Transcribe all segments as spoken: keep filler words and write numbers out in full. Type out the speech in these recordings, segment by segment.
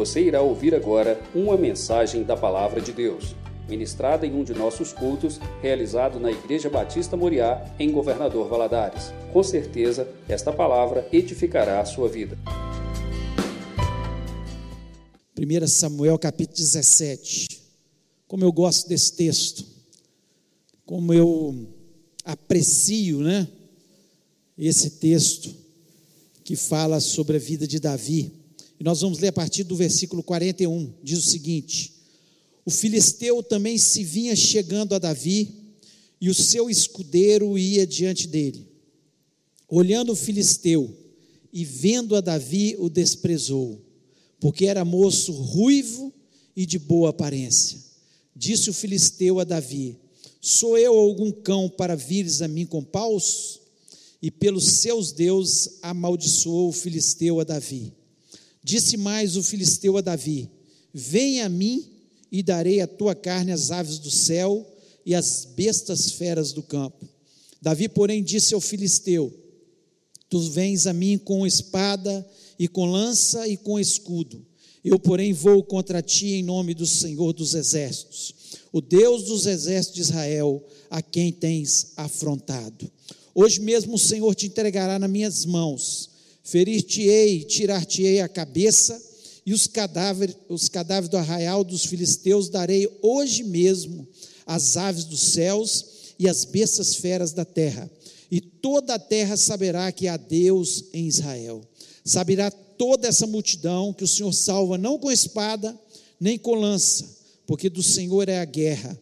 Você irá ouvir agora uma mensagem da Palavra de Deus, ministrada em um de nossos cultos, realizado na Igreja Batista Moriá, em Governador Valadares. Com certeza, esta palavra edificará a sua vida. primeiro Samuel capítulo dezessete. Como eu gosto desse texto, como eu aprecio, né, esse texto que fala sobre a vida de Davi. E nós vamos ler a partir do versículo quarenta e um, diz o seguinte: o filisteu também se vinha chegando a Davi, e o seu escudeiro ia diante dele. Olhando o filisteu e vendo a Davi, o desprezou, porque era moço ruivo e de boa aparência. Disse o filisteu a Davi: sou eu algum cão para vires a mim com paus? E pelos seus deuses amaldiçoou o filisteu a Davi. Disse mais o filisteu a Davi: venha a mim e darei a tua carne às aves do céu e às bestas feras do campo. Davi, porém, disse ao filisteu: tu vens a mim com espada e com lança e com escudo. Eu, porém, vou contra ti em nome do Senhor dos exércitos, o Deus dos exércitos de Israel, a quem tens afrontado. Hoje mesmo o Senhor te entregará nas minhas mãos, ferir-te-ei, tirar-te-ei a cabeça, e os cadáveres, os cadáveres do arraial dos filisteus darei hoje mesmo às aves dos céus e às bestas feras da terra, e toda a terra saberá que há Deus em Israel. Saberá toda essa multidão que o Senhor salva não com espada, nem com lança, porque do Senhor é a guerra,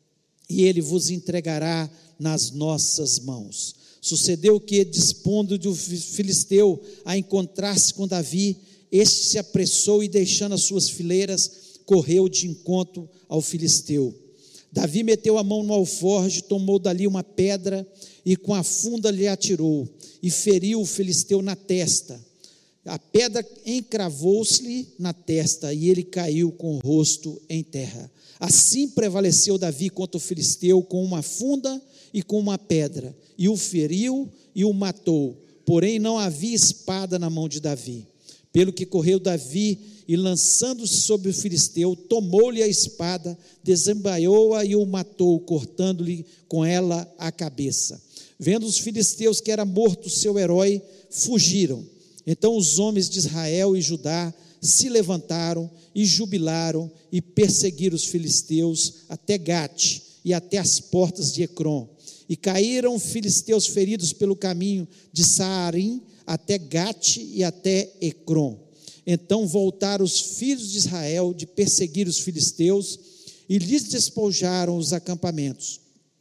e Ele vos entregará nas nossas mãos. Sucedeu que, dispondo do filisteu a encontrar-se com Davi, este se apressou e, deixando as suas fileiras, correu de encontro ao filisteu. Davi meteu a mão no alforje, tomou dali uma pedra e com a funda lhe atirou, e feriu o filisteu na testa. A pedra encravou-se-lhe na testa, e ele caiu com o rosto em terra. Assim prevaleceu Davi contra o filisteu com uma funda e com uma pedra, e o feriu e o matou, porém não havia espada na mão de Davi. Pelo que correu Davi, e lançando-se sobre o filisteu, tomou-lhe a espada, desembaiou-a e o matou, cortando-lhe com ela a cabeça. Vendo os filisteus que era morto o seu herói, fugiram. Então os homens de Israel e Judá se levantaram e jubilaram e perseguiram os filisteus até Gate e até as portas de Ecrom. E caíram filisteus feridos pelo caminho de Saarim até Gate e até Ecrom. Então voltaram os filhos de Israel de perseguir os filisteus e lhes despojaram os acampamentos.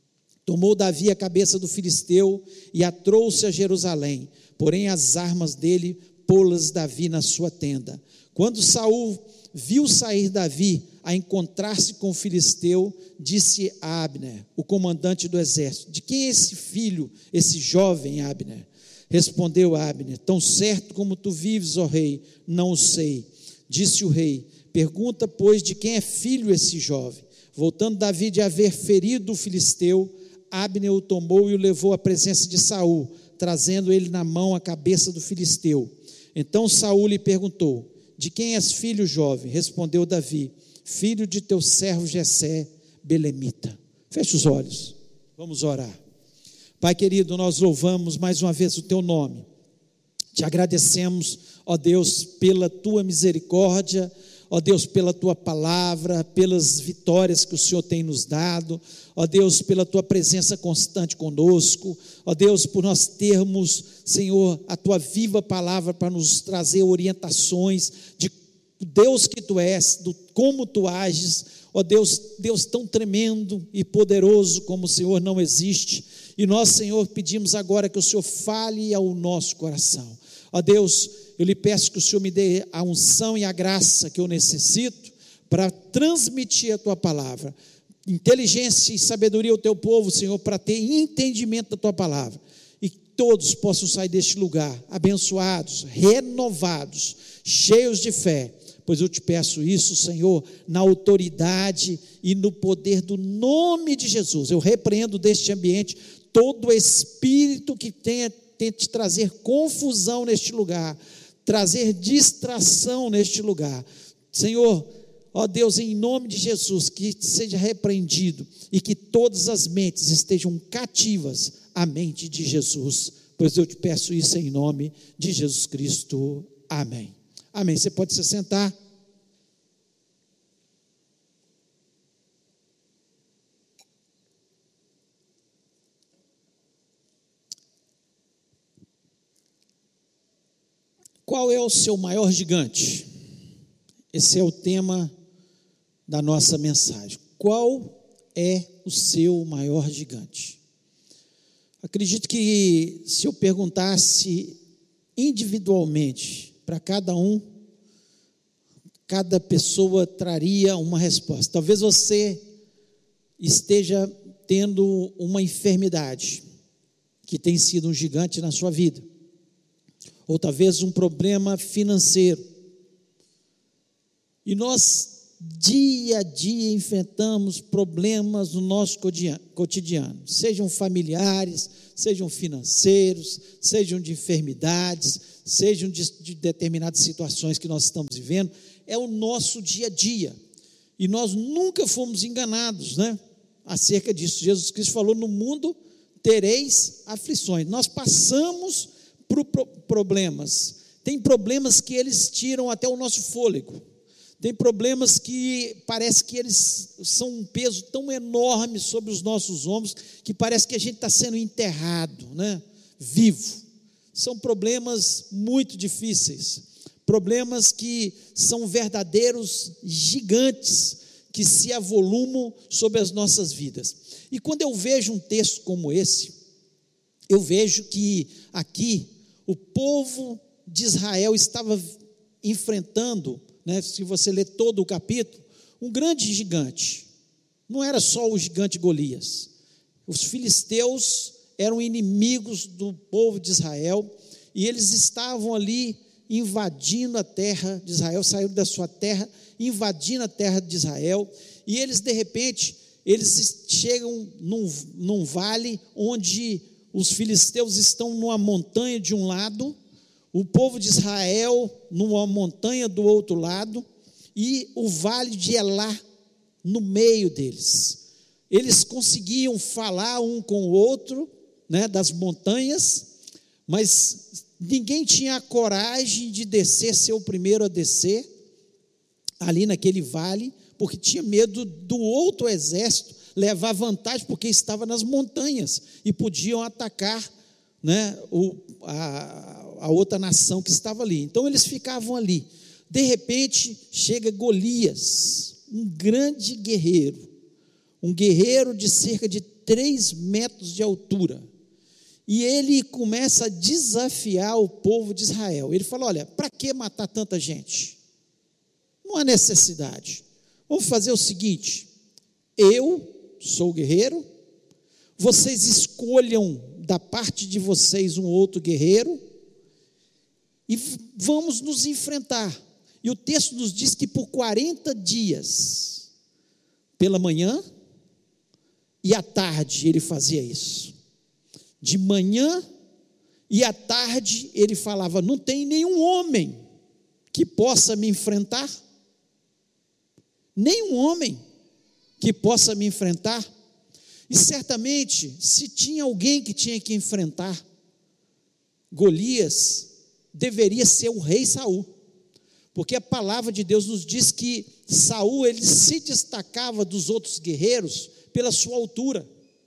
Tomou Davi a cabeça do filisteu e a trouxe a Jerusalém, porém as armas dele pô-las Davi na sua tenda. Quando Saul viu sair Davi a encontrar-se com o filisteu, disse a Abner, o comandante do exército: de quem é esse filho, esse jovem, Abner? Respondeu Abner: tão certo como tu vives, ó rei, não o sei. Disse o rei: pergunta, pois, de quem é filho esse jovem. Voltando Davi de haver ferido o filisteu, Abner o tomou e o levou à presença de Saul, trazendo ele na mão a cabeça do filisteu. Então Saul lhe perguntou: de quem és filho, jovem? Respondeu Davi: filho de teu servo Jessé, belemita. Feche os olhos, vamos orar. Pai querido, nós louvamos mais uma vez o teu nome, te agradecemos, ó Deus, pela tua misericórdia, ó Deus, pela tua palavra, pelas vitórias que o Senhor tem nos dado, ó Deus, pela tua presença constante conosco, ó Deus, por nós termos, Senhor, a tua viva palavra para nos trazer orientações de Deus que tu és, do como tu ages, ó Deus, Deus tão tremendo e poderoso como o Senhor não existe. E nós, Senhor, pedimos agora que o Senhor fale ao nosso coração. Ó Deus, eu lhe peço que o Senhor me dê a unção e a graça que eu necessito para transmitir a tua palavra. Inteligência e sabedoria ao teu povo, Senhor, para ter entendimento da tua palavra. E todos possam sair deste lugar abençoados, renovados, cheios de fé. Pois eu te peço isso, Senhor, na autoridade e no poder do nome de Jesus. Eu repreendo deste ambiente todo espírito que tenha, tente trazer confusão neste lugar, trazer distração neste lugar. Senhor, ó Deus, em nome de Jesus, que seja repreendido e que todas as mentes estejam cativas à mente de Jesus, pois eu te peço isso em nome de Jesus Cristo, amém. Amém, você pode se sentar. Qual é o seu maior gigante? Esse é o tema da nossa mensagem. Qual é o seu maior gigante? Acredito que se eu perguntasse individualmente para cada um, cada pessoa traria uma resposta. Talvez você esteja tendo uma enfermidade que tem sido um gigante na sua vida, ou talvez um problema financeiro. E nós, dia a dia, enfrentamos problemas no nosso cotidiano, sejam familiares, sejam financeiros, sejam de enfermidades, sejam de, de determinadas situações que nós estamos vivendo. É o nosso dia a dia, e nós nunca fomos enganados, né? Acerca disso. Jesus Cristo falou: no mundo tereis aflições. Nós passamos por problemas. Tem problemas que eles tiram até o nosso fôlego. Tem problemas que parece que eles são um peso tão enorme sobre os nossos ombros, que parece que a gente está sendo enterrado, né? Vivo. São problemas muito difíceis, problemas que são verdadeiros gigantes, que se avolumam sobre as nossas vidas. E quando eu vejo um texto como esse, eu vejo que aqui o povo de Israel estava enfrentando, né, se você ler todo o capítulo, um grande gigante. Não era só o gigante Golias. Os filisteus eram inimigos do povo de Israel, e eles estavam ali invadindo a terra de Israel, saíram da sua terra, invadindo a terra de Israel, e eles de repente, eles chegam num, num vale onde os filisteus estão numa montanha de um lado, o povo de Israel numa montanha do outro lado, e o vale de Elá no meio deles. Eles conseguiam falar um com o outro, né, das montanhas, mas ninguém tinha a coragem de descer, ser o primeiro a descer ali naquele vale, porque tinha medo do outro exército levar vantagem, porque estava nas montanhas e podiam atacar, né, o, a, a outra nação que estava ali. Então eles ficavam ali. De repente chega Golias, um grande guerreiro, um guerreiro de cerca de três metros de altura, e ele começa a desafiar o povo de Israel. Ele fala: olha, para que matar tanta gente? Não há necessidade. Vamos fazer o seguinte: eu sou o guerreiro, vocês escolham da parte de vocês um outro guerreiro, e vamos nos enfrentar. E o texto nos diz que por quarenta dias, pela manhã e à tarde, ele fazia isso. De manhã e à tarde ele falava: não tem nenhum homem que possa me enfrentar, nenhum homem que possa me enfrentar. E certamente, se tinha alguém que tinha que enfrentar Golias, deveria ser o rei Saul, porque a palavra de Deus nos diz que Saul, ele se destacava dos outros guerreiros pela sua altura.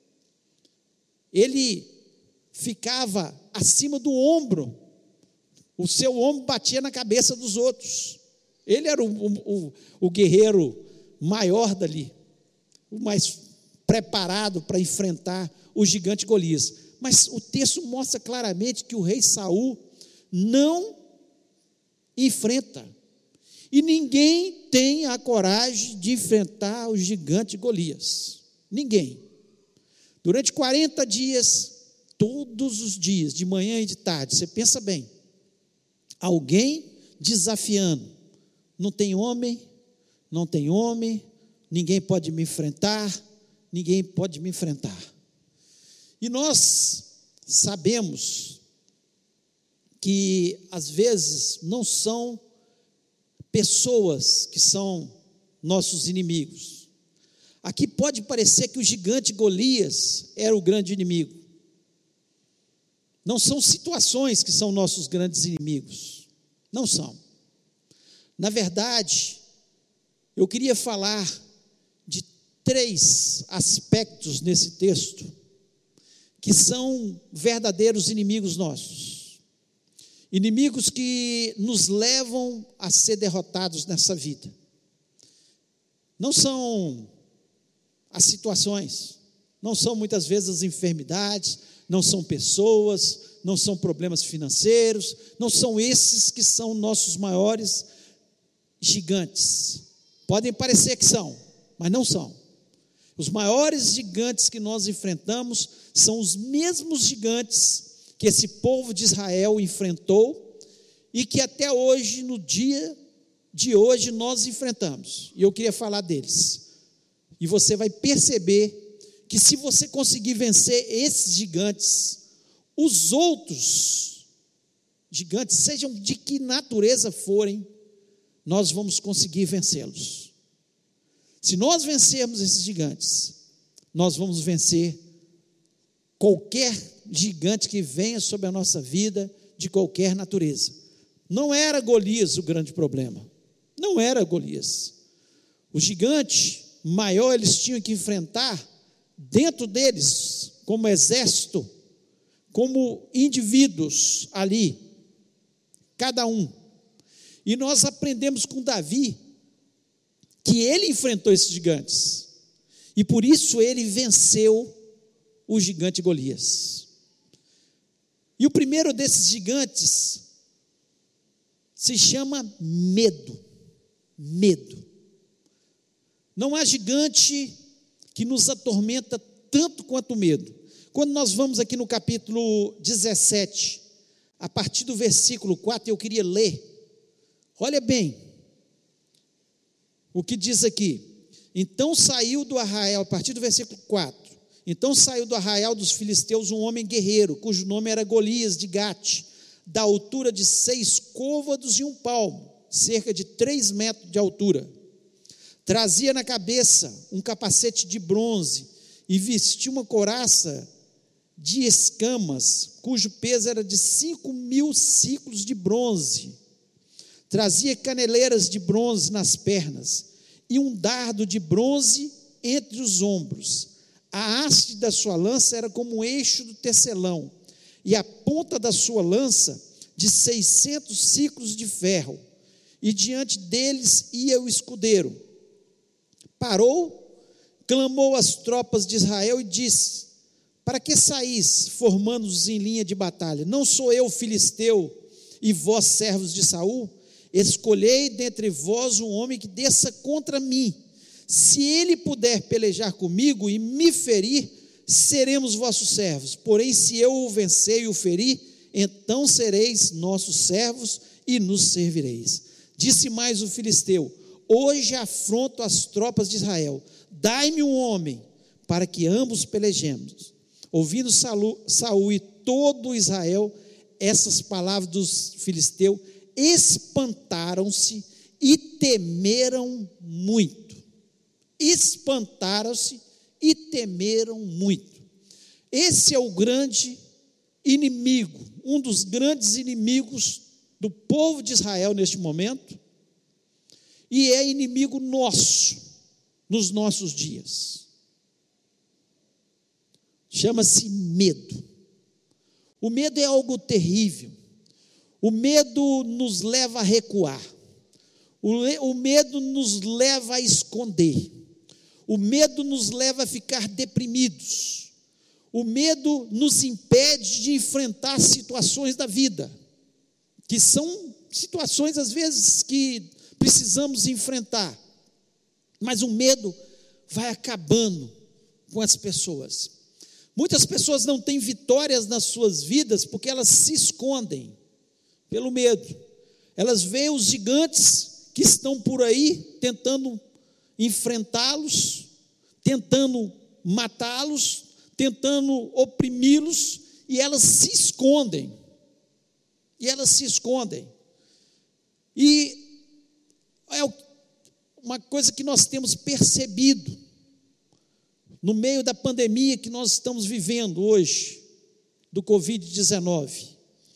Ele ficava acima do ombro, o seu ombro batia na cabeça dos outros. Ele era o, o, o guerreiro maior dali, o mais preparado para enfrentar o gigante Golias. Mas o texto mostra claramente que o rei Saul não enfrenta, e ninguém tem a coragem de enfrentar o gigante Golias. Ninguém. Durante quarenta dias, todos os dias, de manhã e de tarde, você pensa bem, alguém desafiando. Não tem homem, não tem homem, ninguém pode me enfrentar, ninguém pode me enfrentar. E nós sabemos que às vezes não são pessoas que são nossos inimigos. Aqui pode parecer que o gigante Golias era o grande inimigo. Não são situações que são nossos grandes inimigos. Não são. Na verdade, eu queria falar de três aspectos nesse texto que são verdadeiros inimigos nossos. Inimigos que nos levam a ser derrotados nessa vida. Não são as situações, não são muitas vezes as enfermidades, não são pessoas, não são problemas financeiros, não são esses que são nossos maiores gigantes. Podem parecer que são, mas não são. Os maiores gigantes que nós enfrentamos são os mesmos gigantes que esse povo de Israel enfrentou e que até hoje, no dia de hoje, nós enfrentamos. E eu queria falar deles. E você vai perceber que se você conseguir vencer esses gigantes, os outros gigantes, sejam de que natureza forem, nós vamos conseguir vencê-los. Se nós vencermos esses gigantes, nós vamos vencer qualquer gigante que venha sobre a nossa vida, de qualquer natureza. Não era Golias o grande problema, não era Golias. O gigante maior eles tinham que enfrentar dentro deles, como exército, como indivíduos ali, cada um. E nós aprendemos com Davi que ele enfrentou esses gigantes, e por isso ele venceu o gigante Golias. E o primeiro desses gigantes se chama medo. Medo. Não há gigante que nos atormenta tanto quanto o medo. Quando nós vamos aqui no capítulo dezessete, a partir do versículo quatro, eu queria ler, olha bem, o que diz aqui: então saiu do arraial, a partir do versículo quatro, então saiu do arraial dos filisteus um homem guerreiro, cujo nome era Golias de Gate, da altura de seis côvados e um palmo, cerca de três metros de altura. Trazia na cabeça um capacete de bronze e vestia uma couraça de escamas, cujo peso era de cinco mil ciclos de bronze. Trazia caneleiras de bronze nas pernas e um dardo de bronze entre os ombros. A haste da sua lança era como o eixo do tecelão, e a ponta da sua lança de seiscentos ciclos de ferro. E diante deles ia o escudeiro. Parou, clamou às tropas de Israel e disse: para que saís, formando-os em linha de batalha? Não sou eu filisteu e vós servos de Saul? Escolhei dentre vós um homem que desça contra mim. Se ele puder pelejar comigo e me ferir, seremos vossos servos. Porém, se eu o vencer e o ferir, então sereis nossos servos e nos servireis. Disse mais o filisteu: hoje afronto as tropas de Israel, dai-me um homem para que ambos pelejemos. Ouvindo Saul e todo Israel essas palavras dos filisteus, espantaram-se e temeram muito. Espantaram-se e temeram muito. Esse é o grande inimigo, um dos grandes inimigos do povo de Israel neste momento, e é inimigo nosso nos nossos dias. Chama-se medo. O medo é algo terrível. O medo nos leva a recuar. O medo nos leva a esconder. O medo nos leva a ficar deprimidos. O medo nos impede de enfrentar situações da vida, que são situações às vezes que precisamos enfrentar. Mas o medo vai acabando com as pessoas. Muitas pessoas não têm vitórias nas suas vidas porque elas se escondem pelo medo. Elas veem os gigantes que estão por aí tentando enfrentá-los, tentando matá-los, tentando oprimi-los, e elas se escondem. E elas se escondem. E uma coisa que nós temos percebido no meio da pandemia que nós estamos vivendo hoje, do covid dezenove.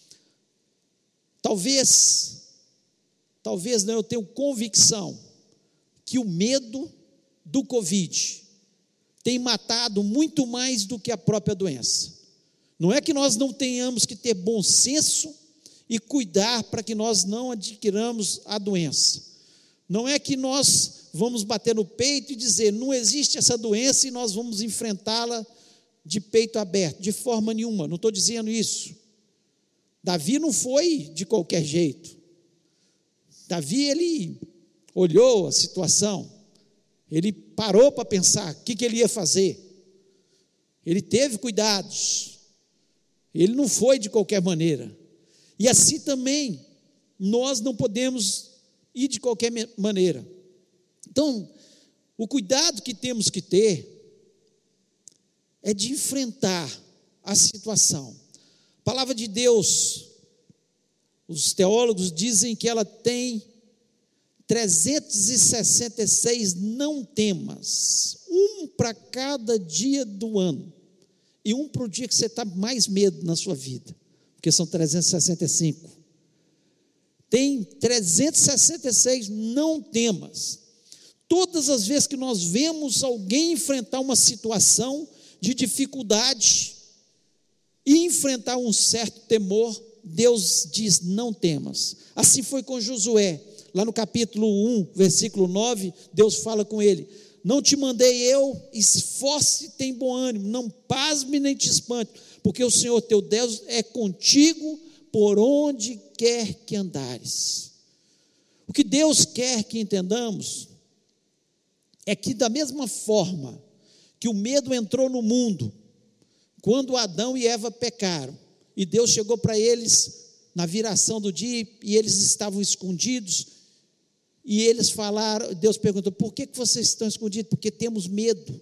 Talvez, talvez não, eu tenho convicção que o medo do Covid tem matado muito mais do que a própria doença. Não é que nós não tenhamos que ter bom senso e cuidar para que nós não adquiramos a doença. Não é que nós vamos bater no peito e dizer, não existe essa doença e nós vamos enfrentá-la de peito aberto, de forma nenhuma, não estou dizendo isso. Davi não foi de qualquer jeito. Davi, ele olhou a situação, ele parou para pensar o que, que ele ia fazer. Ele teve cuidados, ele não foi de qualquer maneira. E assim também, nós não podemos ir de qualquer maneira. Então, o cuidado que temos que ter é de enfrentar a situação. A palavra de Deus, os teólogos dizem que ela tem trezentos e sessenta e seis não temas, um para cada dia do ano, e um para o dia que você está mais medo na sua vida, porque são trezentos e sessenta e cinco. Tem trezentos e sessenta e seis não temas. Todas as vezes que nós vemos alguém enfrentar uma situação de dificuldade e enfrentar um certo temor, Deus diz, não temas. Assim foi com Josué, lá no capítulo um, versículo nove, Deus fala com ele, não te mandei eu, esforce e tem bom ânimo, não pasme nem te espante, porque o Senhor teu Deus é contigo por onde quer que andares. O que Deus quer que entendamos é que da mesma forma que o medo entrou no mundo, quando Adão e Eva pecaram, e Deus chegou para eles na viração do dia, e eles estavam escondidos, e eles falaram, Deus perguntou, por que, que vocês estão escondidos? Porque temos medo.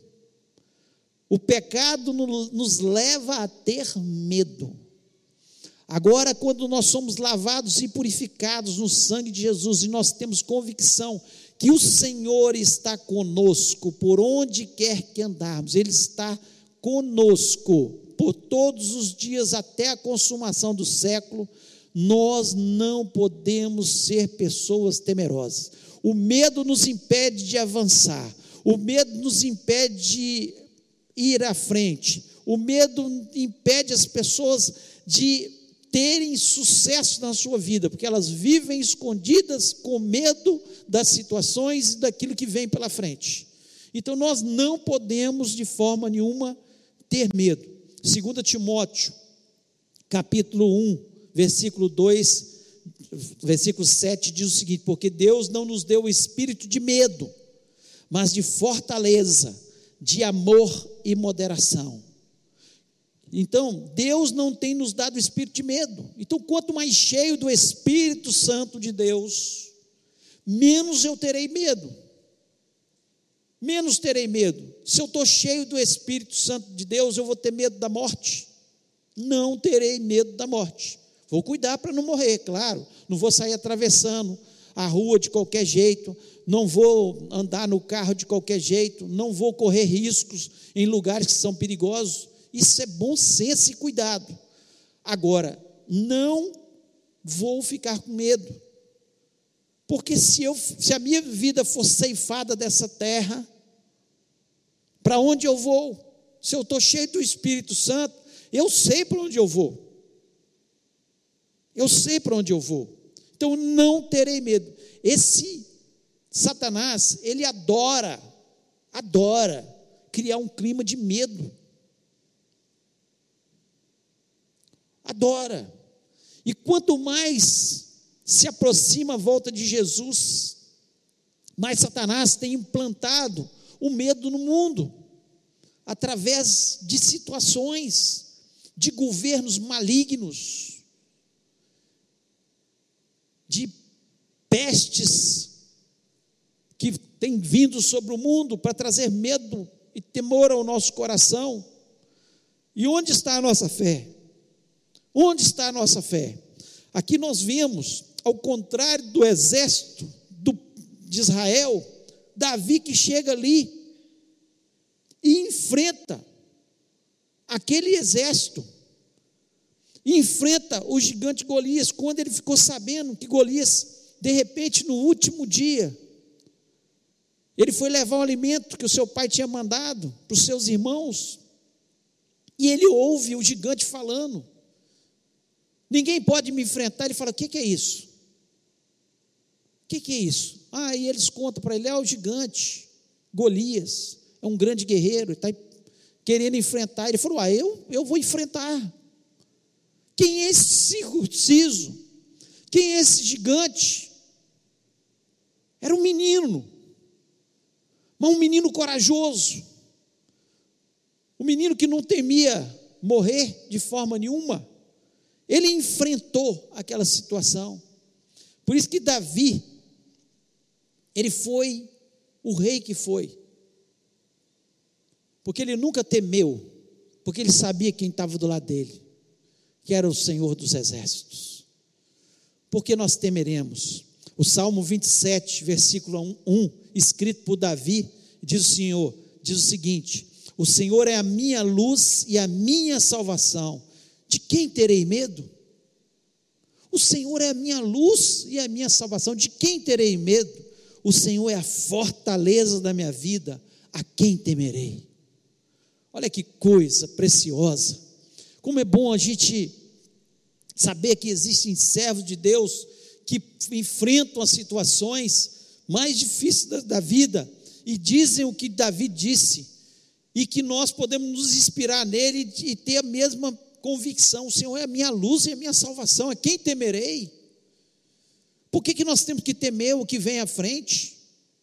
O pecado nos leva a ter medo. Agora, quando nós somos lavados e purificados no sangue de Jesus, e nós temos convicção que o Senhor está conosco, por onde quer que andarmos, Ele está conosco, por todos os dias, até a consumação do século, nós não podemos ser pessoas temerosas. O medo nos impede de avançar, o medo nos impede de ir à frente, o medo impede as pessoas de terem sucesso na sua vida, porque elas vivem escondidas com medo das situações e daquilo que vem pela frente. Então nós não podemos de forma nenhuma ter medo. Segundo Timóteo, capítulo um, versículo dois, versículo sete, diz o seguinte, porque Deus não nos deu o espírito de medo, mas de fortaleza, de amor e moderação. Então, Deus não tem nos dado o espírito de medo. Então, quanto mais cheio do Espírito Santo de Deus, menos eu terei medo. Menos terei medo. Se eu estou cheio do Espírito Santo de Deus, eu vou ter medo da morte? Não terei medo da morte. Vou cuidar para não morrer, claro. Não vou sair atravessando a rua de qualquer jeito, não vou andar no carro de qualquer jeito, não vou correr riscos em lugares que são perigosos. Isso é bom senso e cuidado. Agora, não vou ficar com medo, porque se, eu, se a minha vida for ceifada dessa terra, para onde eu vou? Se eu estou cheio do Espírito Santo, eu sei para onde eu vou. Eu sei para onde eu vou. Então não terei medo. Esse Satanás, ele adora, adora criar um clima de medo. Adora. E quanto mais se aproxima a volta de Jesus, mais Satanás tem implantado o medo no mundo, através de situações, de governos malignos, de pestes que têm vindo sobre o mundo para trazer medo e temor ao nosso coração. E onde está a nossa fé? Onde está a nossa fé? Aqui nós vemos, ao contrário do exército do, de Israel, Davi que chega ali e enfrenta aquele exército, enfrenta o gigante Golias. Quando ele ficou sabendo que Golias, de repente, no último dia, ele foi levar o alimento que o seu pai tinha mandado para os seus irmãos, e ele ouve o gigante falando: ninguém pode me enfrentar. Ele fala: o que, que é isso? O que, que é isso? Ah, e eles contam para ele: é o gigante Golias, é um grande guerreiro, está querendo enfrentar. Ele falou: ah, eu, eu vou enfrentar. Quem é esse circunciso? Quem é esse gigante? Era um menino, mas um menino corajoso, um menino que não temia morrer de forma nenhuma. Ele enfrentou aquela situação. Por isso que Davi, ele foi o rei que foi, porque ele nunca temeu, porque ele sabia quem estava do lado dele, que era o Senhor dos exércitos. Porque nós temeremos? O Salmo vinte e sete, versículo um, escrito por Davi, diz o Senhor, diz o seguinte: o Senhor é a minha luz e a minha salvação, de quem terei medo? O Senhor é a minha luz e a minha salvação, de quem terei medo? O Senhor é a fortaleza da minha vida, a quem temerei? Olha que coisa preciosa. Como é bom a gente saber que existem servos de Deus que enfrentam as situações mais difíceis da, da vida e dizem o que Davi disse, e que nós podemos nos inspirar nele e, e ter a mesma convicção: o Senhor é a minha luz e a minha salvação, a quem temerei? Por que, que nós temos que temer o que vem à frente?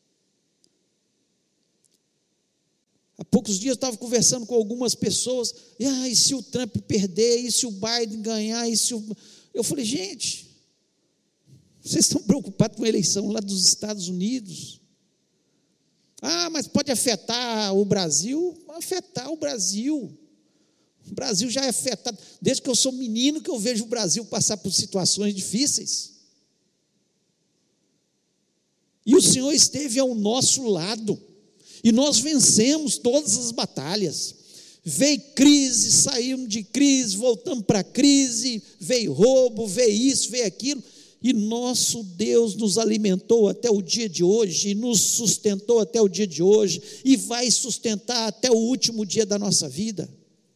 Há poucos dias eu estava conversando com algumas pessoas: ah, e se o Trump perder, e se o Biden ganhar, e se o... eu falei: gente, vocês estão preocupados com a eleição lá dos Estados Unidos? Ah, mas pode afetar o Brasil? Afetar o Brasil. O Brasil já é afetado, desde que eu sou menino que eu vejo o Brasil passar por situações difíceis. E o Senhor esteve ao nosso lado, e nós vencemos todas as batalhas. Veio crise, saímos de crise, voltamos para crise, veio roubo, veio isso, veio aquilo, e nosso Deus nos alimentou até o dia de hoje, e nos sustentou até o dia de hoje, e vai sustentar até o último dia da nossa vida.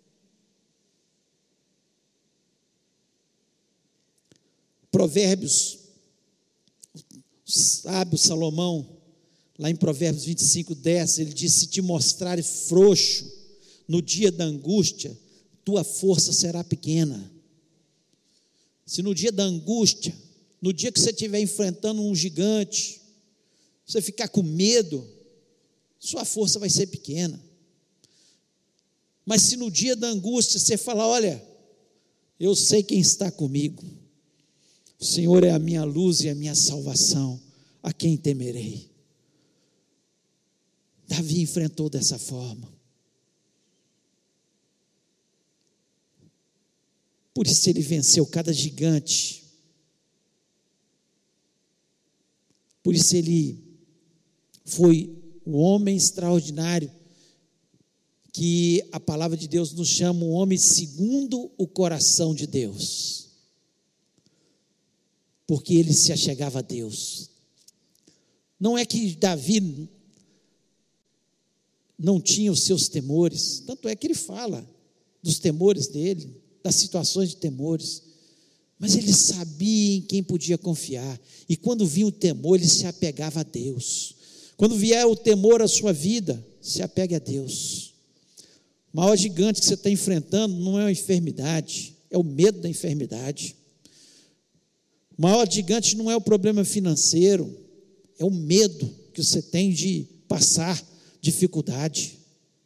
Provérbios, o sábio Salomão, lá em Provérbios vinte e cinco, dez, ele diz: se te mostrares frouxo no dia da angústia, tua força será pequena. Se no dia da angústia, no dia que você estiver enfrentando um gigante, você ficar com medo, sua força vai ser pequena. Mas se no dia da angústia você falar: olha, eu sei quem está comigo, o Senhor é a minha luz e a minha salvação, a quem temerei? Davi enfrentou dessa forma. Por isso ele venceu cada gigante. Por isso ele foi um homem extraordinário, que a palavra de Deus nos chama um homem segundo o coração de Deus, porque ele se achegava a Deus. Não é que Davi não tinha os seus temores, tanto é que ele fala dos temores dele, das situações de temores, mas ele sabia em quem podia confiar, e quando vinha o temor, ele se apegava a Deus. Quando vier o temor à sua vida, se apegue a Deus. O maior gigante que você está enfrentando não é a enfermidade, é o medo da enfermidade. O maior gigante não é o problema financeiro, é o medo que você tem de passar dificuldade.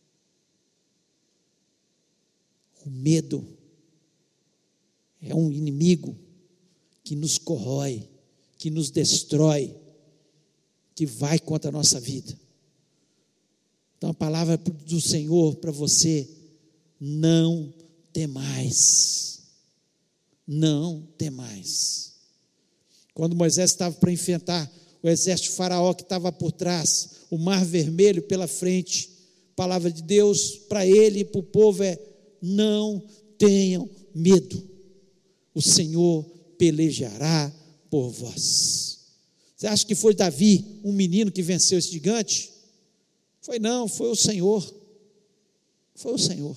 O medo é um inimigo que nos corrói, que nos destrói, que vai contra a nossa vida. Então a palavra do Senhor para você: não temais, não temais. Quando Moisés estava para enfrentar o exército de Faraó que estava por trás, o mar vermelho pela frente. A palavra de Deus para ele e para o povo é: não tenham medo, o Senhor pelejará por vós. Você acha que foi Davi, um menino, que venceu esse gigante? Foi não, foi o Senhor, foi o Senhor.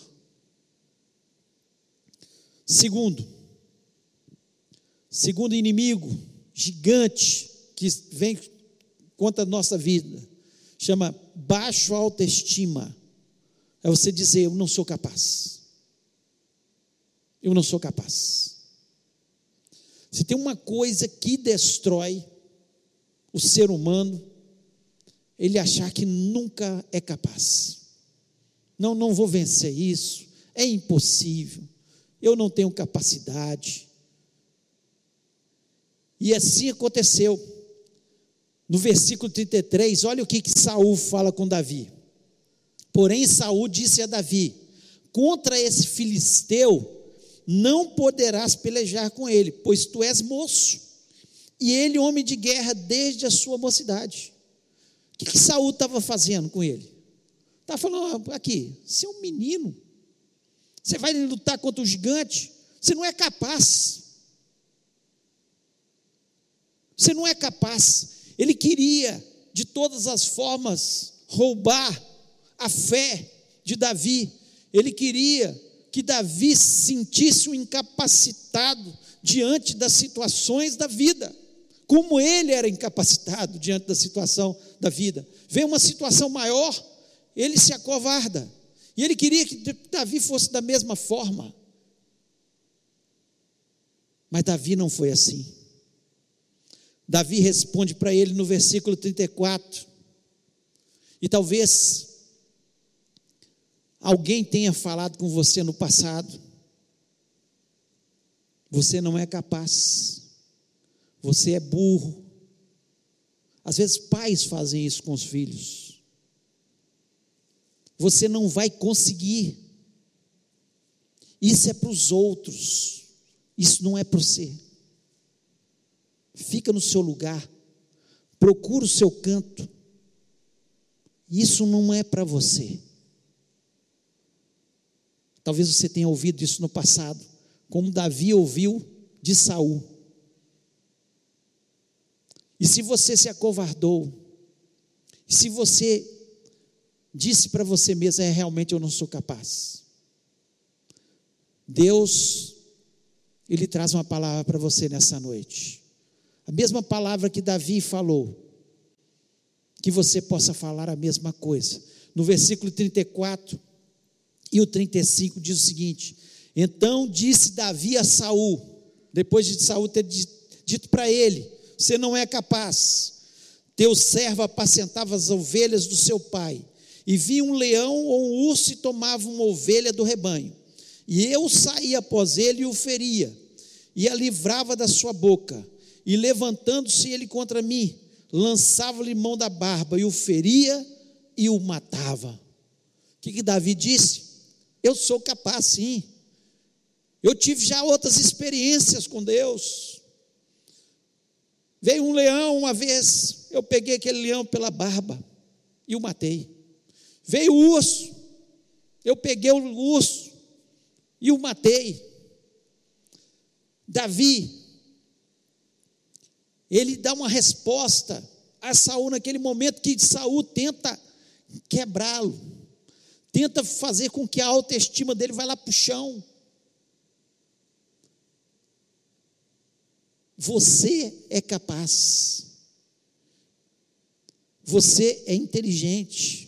Segundo, segundo inimigo gigante que vem contra a nossa vida, chama baixa autoestima. É você dizer: eu não sou capaz, eu não sou capaz. Se tem uma coisa que destrói o ser humano, ele achar que nunca é capaz. Não, não vou vencer isso, é impossível, eu não tenho capacidade. E assim aconteceu. No versículo trinta e três, olha o que, que Saul fala com Davi. Porém Saul disse a Davi: contra esse filisteu não poderás pelejar com ele, pois tu és moço, e ele homem de guerra desde a sua mocidade. O que, que Saul estava fazendo com ele? Estava falando: aqui, você é um menino, você vai lutar contra o gigante, você não é capaz, você não é capaz. Ele queria de todas as formas roubar a fé de Davi. Ele queria que Davi se sentisse um incapacitado diante das situações da vida, como ele era incapacitado diante da situação da vida. Vem uma situação maior, ele se acovarda, e ele queria que Davi fosse da mesma forma, mas Davi não foi assim. Davi responde para ele no versículo trinta e quatro, e talvez alguém tenha falado com você no passado: você não é capaz, você é burro. Às vezes pais fazem isso com os filhos: você não vai conseguir, isso é para os outros, isso não é para você. Fica no seu lugar, procura o seu canto, isso não é para você. Talvez você tenha ouvido isso no passado, como Davi ouviu de Saul. E se você se acovardou, se você disse para você mesmo: é, realmente eu não sou capaz, Deus, Ele traz uma palavra para você nessa noite, a mesma palavra que Davi falou, que você possa falar a mesma coisa. No versículo trinta e quatro e o trinta e cinco diz o seguinte: então disse Davi a Saul, depois de Saul ter dito para ele: você não é capaz, teu servo apacentava as ovelhas do seu pai, e via um leão ou um urso e tomava uma ovelha do rebanho, e eu saía após ele e o feria, e a livrava da sua boca, e levantando-se ele contra mim, lançava-lhe mão da barba, e o feria e o matava. O que, que Davi disse? Eu sou capaz sim, eu tive já outras experiências com Deus. Veio um leão uma vez, eu peguei aquele leão pela barba e o matei. Veio o urso, eu peguei o urso e o matei. Davi, ele dá uma resposta a Saul naquele momento que Saul tenta quebrá-lo, tenta fazer com que a autoestima dele vá lá para o chão. Você é capaz, você é inteligente,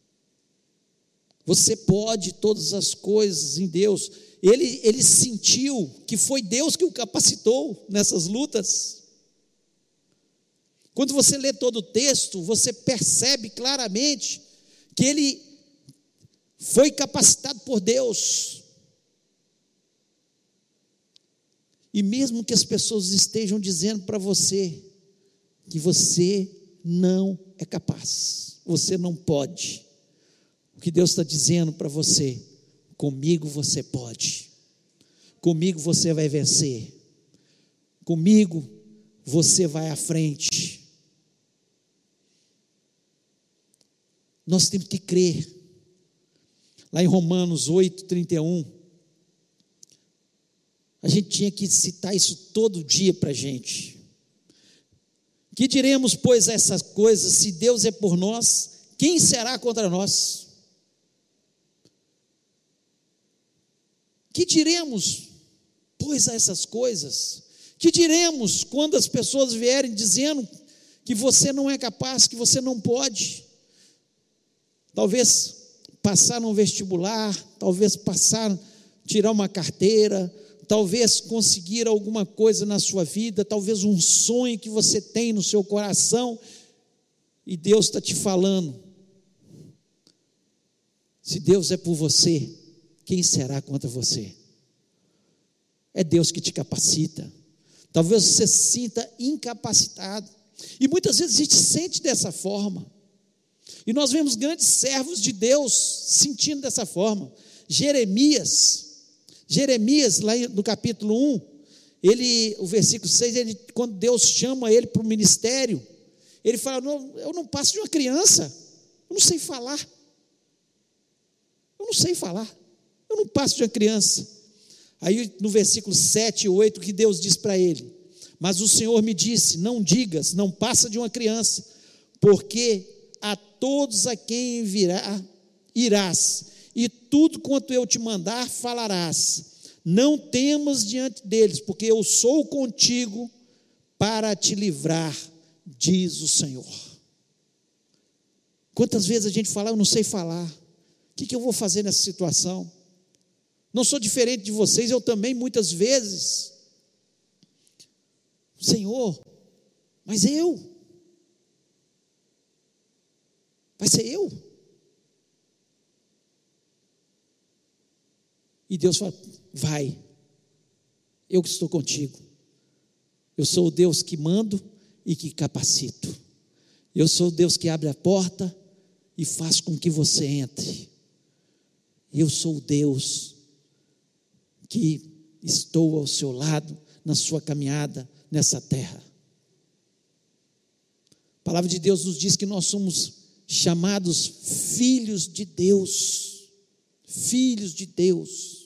você pode todas as coisas em Deus. Ele, ele sentiu que foi Deus que o capacitou nessas lutas. Quando você lê todo o texto, você percebe claramente que ele foi capacitado por Deus. E mesmo que as pessoas estejam dizendo para você que você não é capaz, você não pode, o que Deus está dizendo para você: comigo você pode, comigo você vai vencer, comigo você vai à frente. nós temos que crer. Lá em Romanos oito, trinta e um, a gente tinha que citar isso todo dia para a gente. Que diremos, pois, essas coisas? Se Deus é por nós, quem será contra nós? Que diremos, pois, a essas coisas? Que diremos quando as pessoas vierem dizendo que você não é capaz, que você não pode? Talvez passar num vestibular, talvez passar, tirar uma carteira, talvez conseguir alguma coisa na sua vida, talvez um sonho que você tem no seu coração, e Deus está te falando, se Deus é por você, quem será contra você? É Deus que te capacita. Talvez você se sinta incapacitado, e muitas vezes a gente sente dessa forma, e nós vemos grandes servos de Deus sentindo dessa forma. Jeremias, Jeremias, lá no capítulo um, ele, o versículo seis, ele, quando Deus chama ele para o ministério, ele fala, não, eu não passo de uma criança, eu não sei falar, eu não sei falar, eu não passo de uma criança. Aí no versículo sete e oito, que Deus diz para ele, mas o Senhor me disse, não digas, não passa de uma criança, porque a todos a quem virá, irás, e tudo quanto eu te mandar, falarás, não temas diante deles, porque eu sou contigo para te livrar, diz o Senhor. Quantas vezes a gente fala, eu não sei falar, o que, que eu vou fazer nessa situação? Não sou diferente de vocês, eu também muitas vezes, Senhor, mas eu, vai ser eu? E Deus fala, vai, eu que estou contigo, eu sou o Deus que mando e que capacito, eu sou o Deus que abre a porta e faz com que você entre, eu sou o Deus que estou ao seu lado na sua caminhada nessa terra. A palavra de Deus nos diz que nós somos chamados filhos de Deus, filhos de Deus.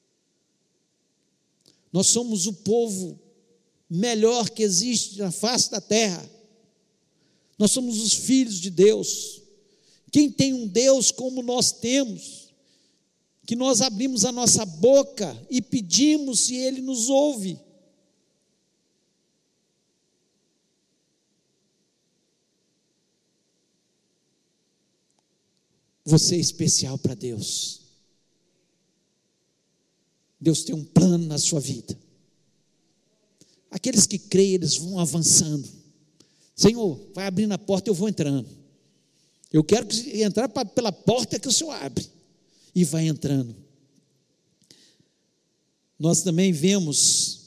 Nós somos o povo melhor que existe na face da terra. Nós somos os filhos de Deus. Quem tem um Deus como nós temos, que nós abrimos a nossa boca e pedimos e Ele nos ouve. Você é especial para Deus. Deus tem um plano na sua vida. Aqueles que creem, eles vão avançando. Senhor, vai abrindo a porta, eu vou entrando. Eu quero que entrar pela porta que o Senhor abre. E vai entrando. Nós também vemos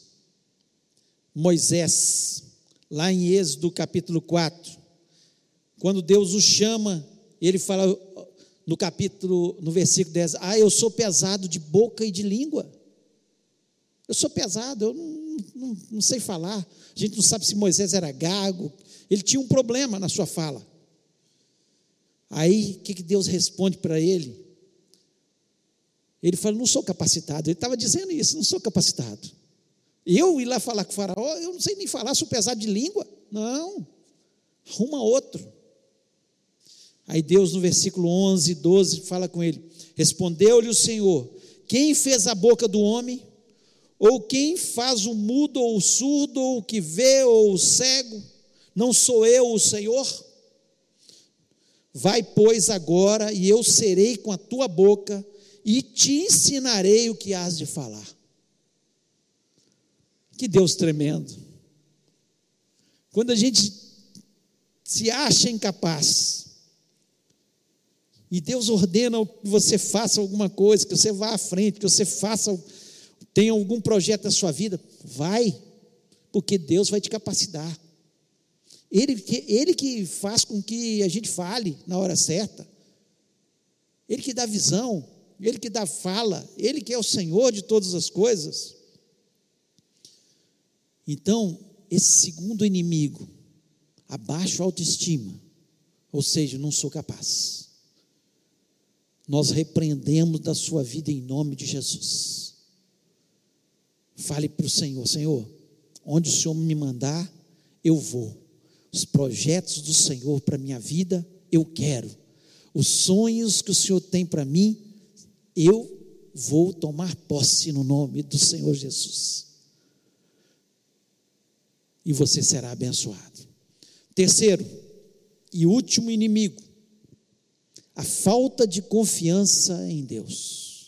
Moisés, lá em Êxodo capítulo quatro, quando Deus o chama, ele fala no capítulo, no versículo dez, ah, eu sou pesado de boca e de língua, eu sou pesado, eu não, não, não sei falar. A gente não sabe se Moisés era gago, ele tinha um problema na sua fala. Aí, o que, que Deus responde para ele? Ele fala, não sou capacitado. Ele estava dizendo isso, não sou capacitado. Eu ir lá falar com o faraó, eu não sei nem falar, sou pesado de língua. Não, arruma outro. Aí Deus no versículo onze e doze fala com ele, respondeu-lhe o Senhor, quem fez a boca do homem? Ou quem faz o mudo ou o surdo, ou o que vê ou o cego? Não sou eu o Senhor? Vai, pois, agora, e eu serei com a tua boca, e te ensinarei o que hás de falar. Que Deus tremendo. Quando a gente se acha incapaz, e Deus ordena que você faça alguma coisa, que você vá à frente, que você faça, tenha algum projeto na sua vida, vai, porque Deus vai te capacitar. Ele, ele que faz com que a gente fale na hora certa, Ele que dá visão, Ele que dá fala, Ele que é o Senhor de todas as coisas. Então, esse segundo inimigo, a baixa autoestima, ou seja, não sou capaz. nós repreendemos da sua vida em nome de Jesus. Fale para o Senhor: Senhor, onde o Senhor me mandar, eu vou. Os projetos do Senhor para a minha vida, eu quero. Os sonhos que o Senhor tem para mim, eu vou tomar posse no nome do Senhor Jesus. E você será abençoado. Terceiro e último inimigo, a falta de confiança em Deus.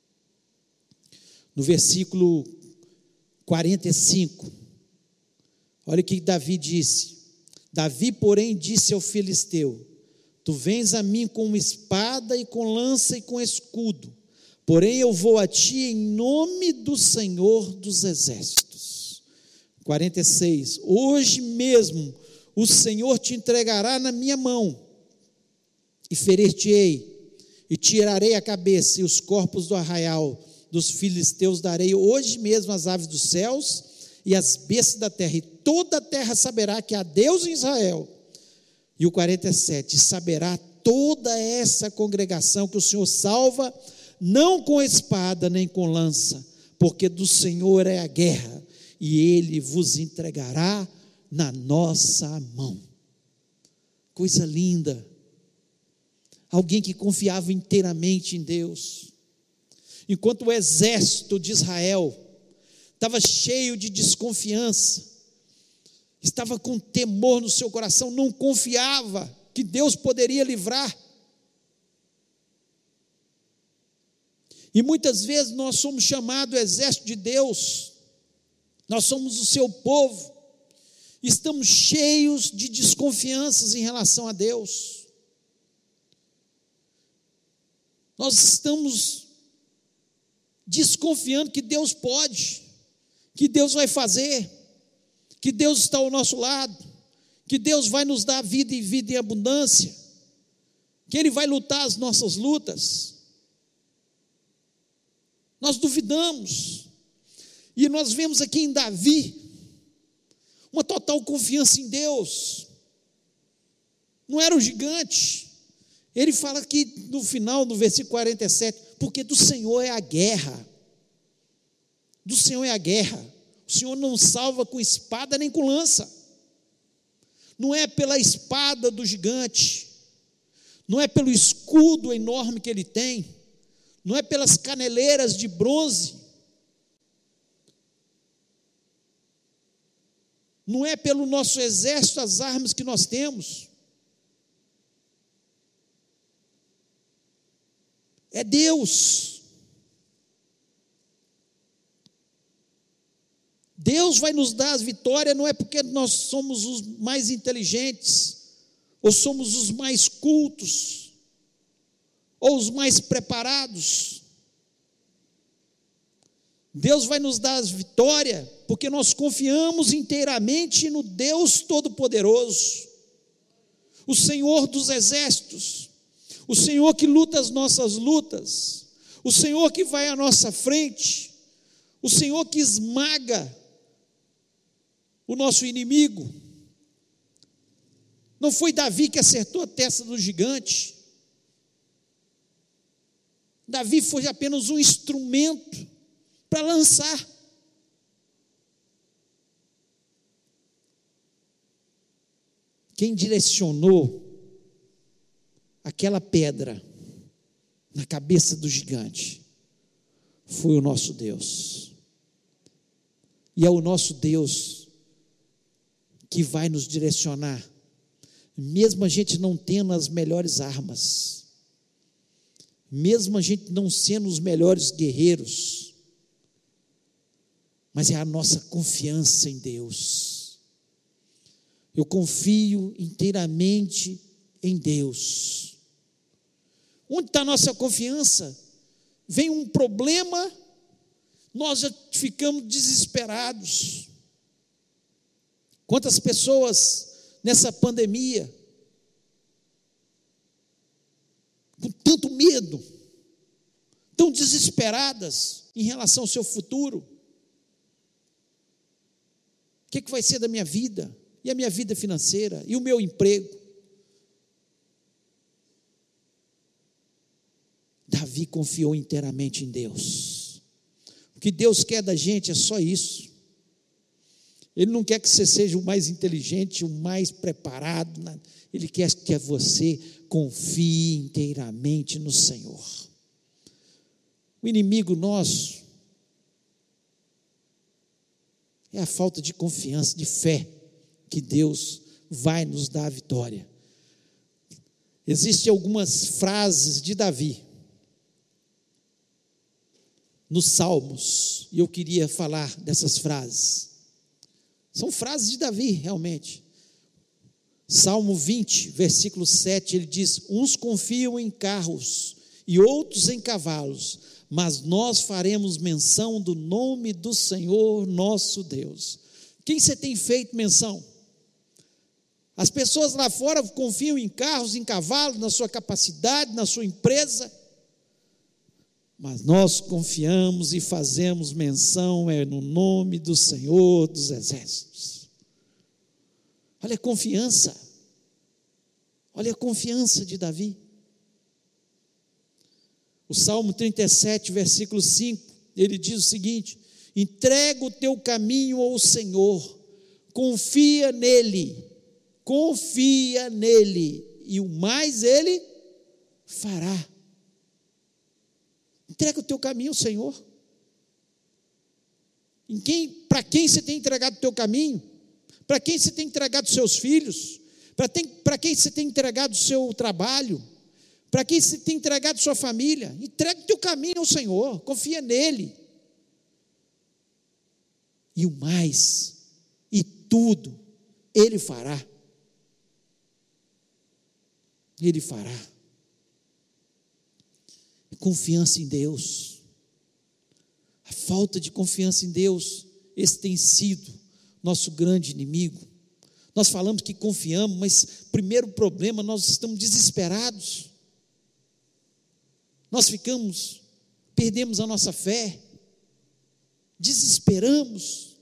No versículo quarenta e cinco, olha o que Davi disse. Davi, porém, disse ao filisteu: tu vens a mim com espada e com lança e com escudo, porém eu vou a ti em nome do Senhor dos exércitos. quarenta e seis, hoje mesmo o Senhor te entregará na minha mão, e ferir-te-ei, e tirarei a cabeça e os corpos do arraial dos filisteus darei hoje mesmo às aves dos céus e às bestas da terra, e toda a terra saberá que há Deus em Israel. E o quarenta e sete, saberá toda essa congregação que o Senhor salva, não com espada nem com lança, porque do Senhor é a guerra, e Ele vos entregará na nossa mão. Coisa linda. Alguém que confiava inteiramente em Deus. Enquanto o exército de Israel estava cheio de desconfiança, estava com temor no seu coração, não confiava que Deus poderia livrar. E muitas vezes nós somos chamados exército de Deus, nós somos o seu povo, estamos cheios de desconfianças em relação a Deus. Nós estamos desconfiando que Deus pode, que Deus vai fazer, que Deus está ao nosso lado, que Deus vai nos dar vida e vida em abundância, que Ele vai lutar as nossas lutas. Nós duvidamos, e nós vemos aqui em Davi uma total confiança em Deus. Não era um gigante. Ele fala aqui no final, no versículo quarenta e sete, porque do Senhor é a guerra, do Senhor é a guerra, o Senhor não salva com espada nem com lança, não é pela espada do gigante, não é pelo escudo enorme que ele tem, não é pelas caneleiras de bronze, não é pelo nosso exército, as armas que nós temos, é Deus. Deus vai nos dar as vitórias, não é porque nós somos os mais inteligentes, ou somos os mais cultos, ou os mais preparados. Deus vai nos dar as vitórias, porque nós confiamos inteiramente no Deus Todo-Poderoso, o Senhor dos exércitos, o Senhor que luta as nossas lutas, o Senhor que vai à nossa frente, o Senhor que esmaga o nosso inimigo. Não foi Davi que acertou a testa do gigante. Davi foi apenas um instrumento para lançar. Quem direcionou aquela pedra na cabeça do gigante foi o nosso Deus. E é o nosso Deus que vai nos direcionar, mesmo a gente não tendo as melhores armas, mesmo a gente não sendo os melhores guerreiros, mas é a nossa confiança em Deus. Eu confio inteiramente em Deus. Onde está a nossa confiança? Vem um problema, nós já ficamos desesperados. Quantas pessoas nessa pandemia, com tanto medo, tão desesperadas em relação ao seu futuro? O que, que vai ser da minha vida? E a minha vida financeira? E o meu emprego? Davi confiou inteiramente em Deus. O que Deus quer da gente é só isso. Ele não quer que você seja o mais inteligente, o mais preparado. Ele quer que você confie inteiramente no Senhor. O inimigo nosso é a falta de confiança, de fé, que Deus vai nos dar a vitória. Existem algumas frases de Davi nos Salmos, e eu queria falar dessas frases. São frases de Davi, realmente. Salmo vinte, versículo sete, ele diz: uns confiam em carros e outros em cavalos, mas nós faremos menção do nome do Senhor nosso Deus. Quem você tem feito menção? As pessoas lá fora confiam em carros, em cavalos, na sua capacidade, na sua empresa, mas nós confiamos e fazemos menção é no nome do Senhor dos Exércitos. Olha a confiança, olha a confiança de Davi. O Salmo trinta e sete, versículo cinco, ele diz o seguinte: entrega o teu caminho ao Senhor, confia nele, confia nele, e o mais ele fará. Entrega o teu caminho ao Senhor. Em quem, para quem você tem entregado o teu caminho? Para quem você tem entregado os seus filhos? Para, tem, para quem você tem entregado o seu trabalho? Para quem você tem entregado sua família? Entrega o teu caminho ao Senhor, confia nele. E o mais, e tudo, ele fará. Ele fará. Confiança em Deus. A falta de confiança em Deus, esse tem sido nosso grande inimigo. Nós falamos que confiamos, mas primeiro problema, nós estamos desesperados. Nós ficamos, perdemos a nossa fé, desesperamos.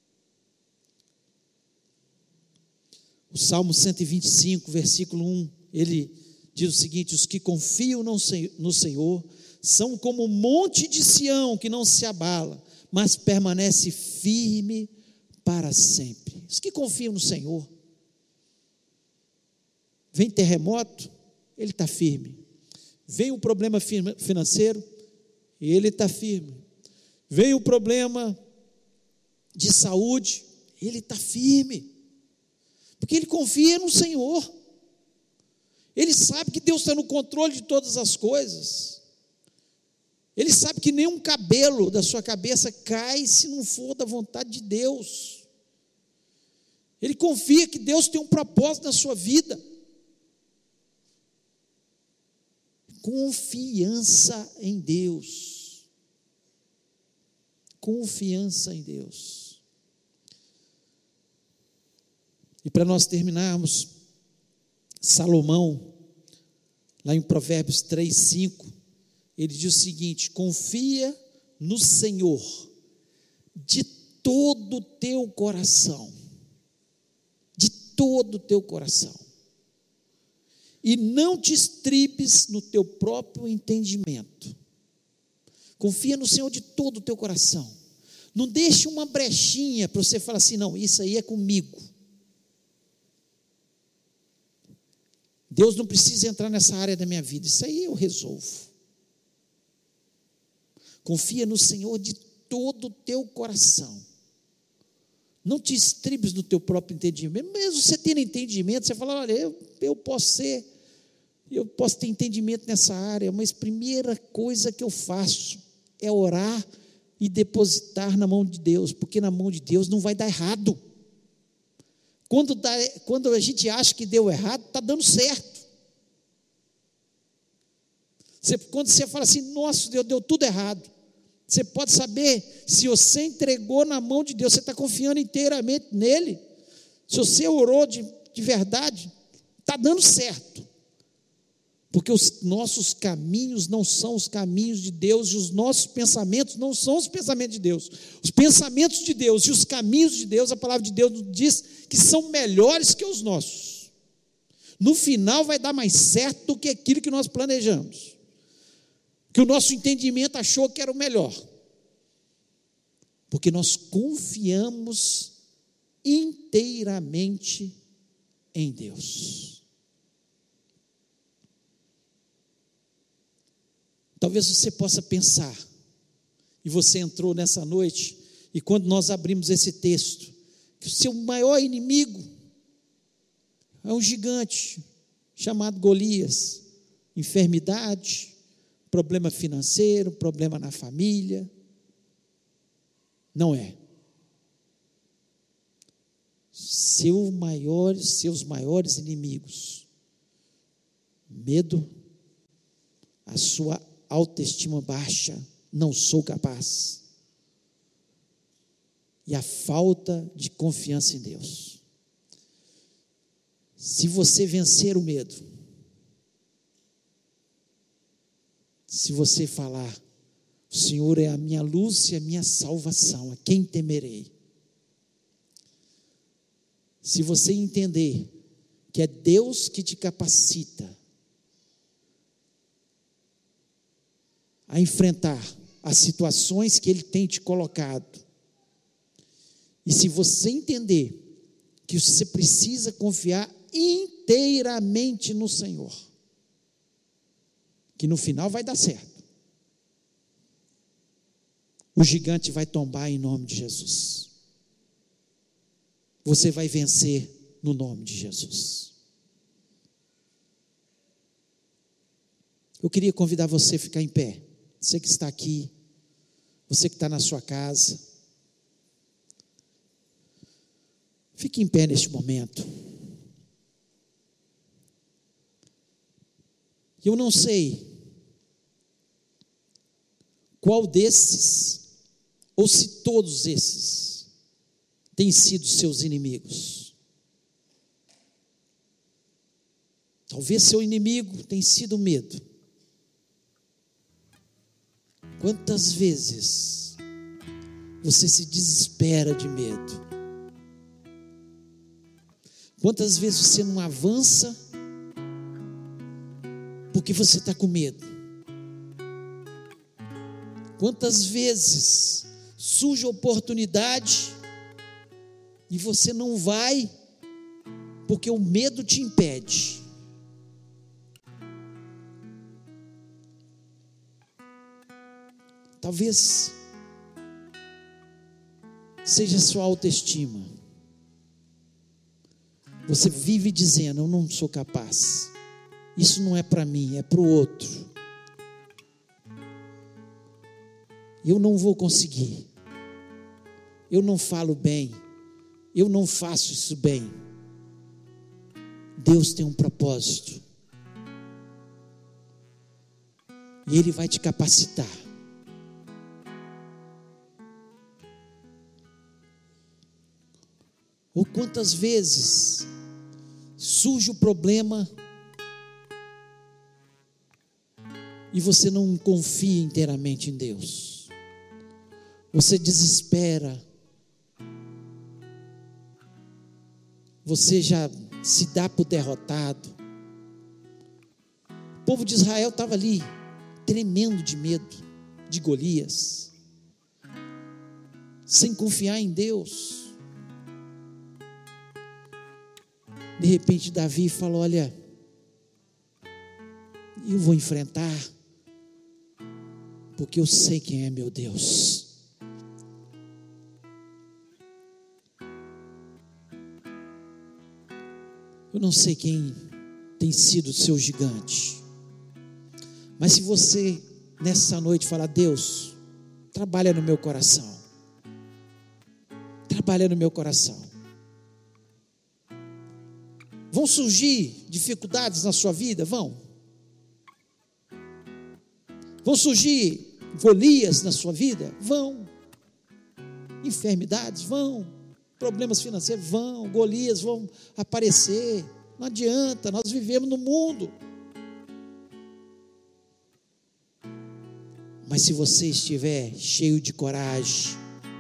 O Salmo cento e vinte e cinco, versículo um, ele diz o seguinte: os que confiam no Senhor são como o monte de Sião, que não se abala, mas permanece firme para sempre. Os que confiam no Senhor, vem terremoto, ele está firme. Vem o problema financeiro, ele está firme. Vem o problema de saúde, ele está firme, porque ele confia no Senhor. Ele sabe que Deus está no controle de todas as coisas. Ele sabe que nenhum cabelo da sua cabeça cai se não for da vontade de Deus. Ele confia que Deus tem um propósito na sua vida. Confiança em Deus. Confiança em Deus. E para nós terminarmos, Salomão, lá em Provérbios três, cinco, ele diz o seguinte: confia no Senhor de todo o teu coração, de todo o teu coração, e não te estribes no teu próprio entendimento. Confia no Senhor de todo o teu coração. Não deixe uma brechinha para você falar assim: não, isso aí é comigo. Deus não precisa entrar nessa área da minha vida, isso aí eu resolvo. Confia no Senhor de todo o teu coração. Não te estribes no teu próprio entendimento. Mesmo você tendo entendimento, você fala: olha, eu, eu posso ser, eu posso ter entendimento nessa área, mas a primeira coisa que eu faço é orar e depositar na mão de Deus, porque na mão de Deus não vai dar errado. Quando, dá, quando a gente acha que deu errado, está dando certo. Você, quando você fala assim: nossa, Deus, deu tudo errado, você pode saber, se você entregou na mão de Deus, você está confiando inteiramente nele, se você orou de, de verdade, está dando certo, porque os nossos caminhos não são os caminhos de Deus, e os nossos pensamentos não são os pensamentos de Deus. Os pensamentos de Deus e os caminhos de Deus, a palavra de Deus nos diz que são melhores que os nossos. No final vai dar mais certo do que aquilo que nós planejamos. que o nosso entendimento achou que era o melhor, porque nós confiamos inteiramente em Deus. Talvez você possa pensar, e você entrou nessa noite, e quando nós abrimos esse texto, que o seu maior inimigo é um gigante chamado Golias, enfermidade, problema financeiro, problema na família. Não é. Seu maior, seus maiores inimigos, medo, a sua autoestima baixa, não sou capaz, e a falta de confiança em Deus. Se você vencer o medo, se você falar, o Senhor é a minha luz e a minha salvação, a quem temerei? Se você entender que é Deus que te capacita a enfrentar as situações que Ele tem te colocado, e se você entender que você precisa confiar inteiramente no Senhor, que no final vai dar certo, o gigante vai tombar em nome de Jesus, você vai vencer no nome de Jesus. Eu queria convidar você a ficar em pé, você que está aqui, você que está na sua casa, fique em pé neste momento. Eu não sei qual desses, ou se todos esses, têm sido seus inimigos. Talvez seu inimigo tenha sido o medo. Quantas vezes você se desespera de medo? Quantas vezes você não avança porque você está com medo? Quantas vezes surge oportunidade e você não vai porque o medo te impede? Talvez seja a sua autoestima. Você vive dizendo, eu não sou capaz, isso não é para mim, é para o outro, eu não vou conseguir, eu não falo bem, eu não faço isso bem. Deus tem um propósito, e Ele vai te capacitar. Ou quantas vezes surge o problema e você não confia inteiramente em Deus, você desespera, você já se dá por derrotado. O povo de Israel estava ali, tremendo de medo de Golias, sem confiar em Deus. De repente Davi falou, olha, eu vou enfrentar, porque eu sei quem é meu Deus. Eu não sei quem tem sido o seu gigante, mas se você nessa noite falar, Deus, trabalha no meu coração, trabalha no meu coração. Vão surgir dificuldades na sua vida? Vão. Vão surgir Golias na sua vida? Vão. Enfermidades? Vão. Problemas financeiros? Vão. Golias vão aparecer. Não adianta, nós vivemos no mundo. Mas se você estiver cheio de coragem,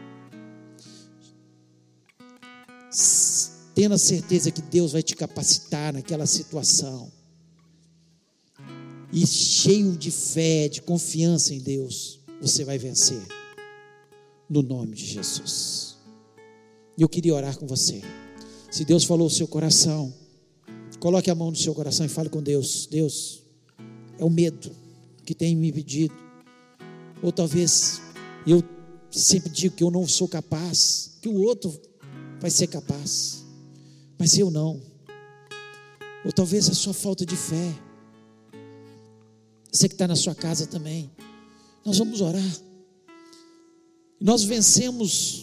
tendo a certeza que Deus vai te capacitar naquela situação, e cheio de fé, de confiança em Deus, você vai vencer, no nome de Jesus. E eu queria orar com você. Se Deus falou o seu coração, coloque a mão no seu coração e fale com Deus. Deus, é o medo que tem me impedido, ou talvez eu sempre digo que eu não sou capaz, que o outro vai ser capaz, mas eu não. Ou talvez a sua falta de fé. Você que está na sua casa também, nós vamos orar. Nós vencemos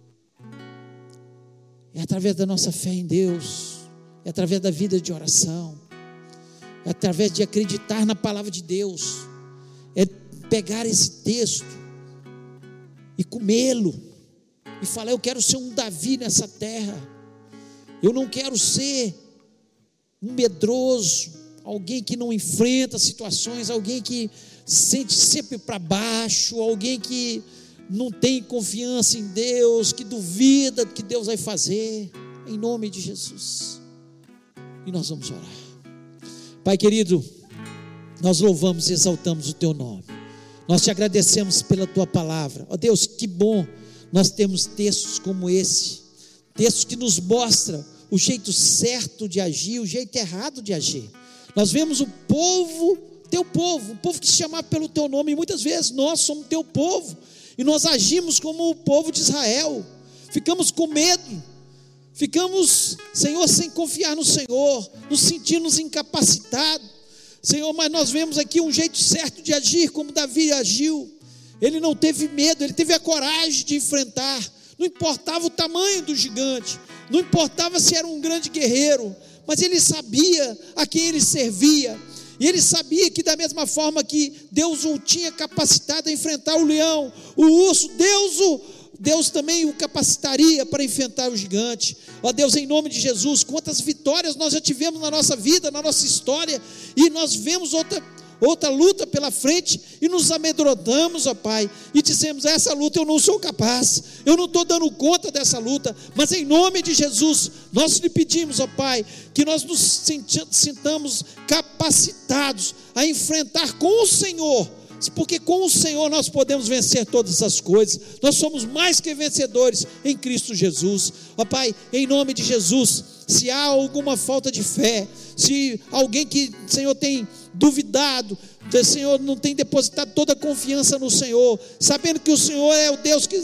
é através da nossa fé em Deus, é através da vida de oração, é através de acreditar na palavra de Deus, é pegar esse texto e comê-lo e falar: eu quero ser um Davi nessa terra, eu não quero ser um medroso, alguém que não enfrenta situações, alguém que sente sempre para baixo, alguém que não tem confiança em Deus, que duvida do que Deus vai fazer, em nome de Jesus. E nós vamos orar. Pai querido, nós louvamos e exaltamos o teu nome, nós te agradecemos pela tua palavra. Ó Deus, que bom nós temos textos como esse, textos que nos mostram o jeito certo de agir, o jeito errado de agir. Nós vemos o povo, teu povo, um povo que se chamava pelo teu nome, e muitas vezes nós somos teu povo, e nós agimos como o povo de Israel, ficamos com medo, ficamos, Senhor, sem confiar no Senhor, nos sentimos incapacitados, Senhor, mas nós vemos aqui um jeito certo de agir, como Davi agiu. Ele não teve medo, ele teve a coragem de enfrentar, não importava o tamanho do gigante, não importava se era um grande guerreiro, mas ele sabia a quem ele servia, e ele sabia que da mesma forma que Deus o tinha capacitado a enfrentar o leão, o urso, Deus o Deus também o capacitaria para enfrentar o gigante. Ó Deus, em nome de Jesus, quantas vitórias nós já tivemos na nossa vida, na nossa história, e nós vemos outra, outra luta pela frente, e nos amedrontamos, ó Pai, e dizemos: essa luta eu não sou capaz, eu não estou dando conta dessa luta, mas em nome de Jesus, nós lhe pedimos, ó Pai, que nós nos sintamos capacitados a enfrentar com o Senhor, porque com o Senhor nós podemos vencer todas as coisas, nós somos mais que vencedores em Cristo Jesus. Ó Pai, em nome de Jesus, se há alguma falta de fé, se alguém que, Senhor, tem duvidado, Senhor, não tem depositado toda a confiança no Senhor, sabendo que o Senhor é o Deus que,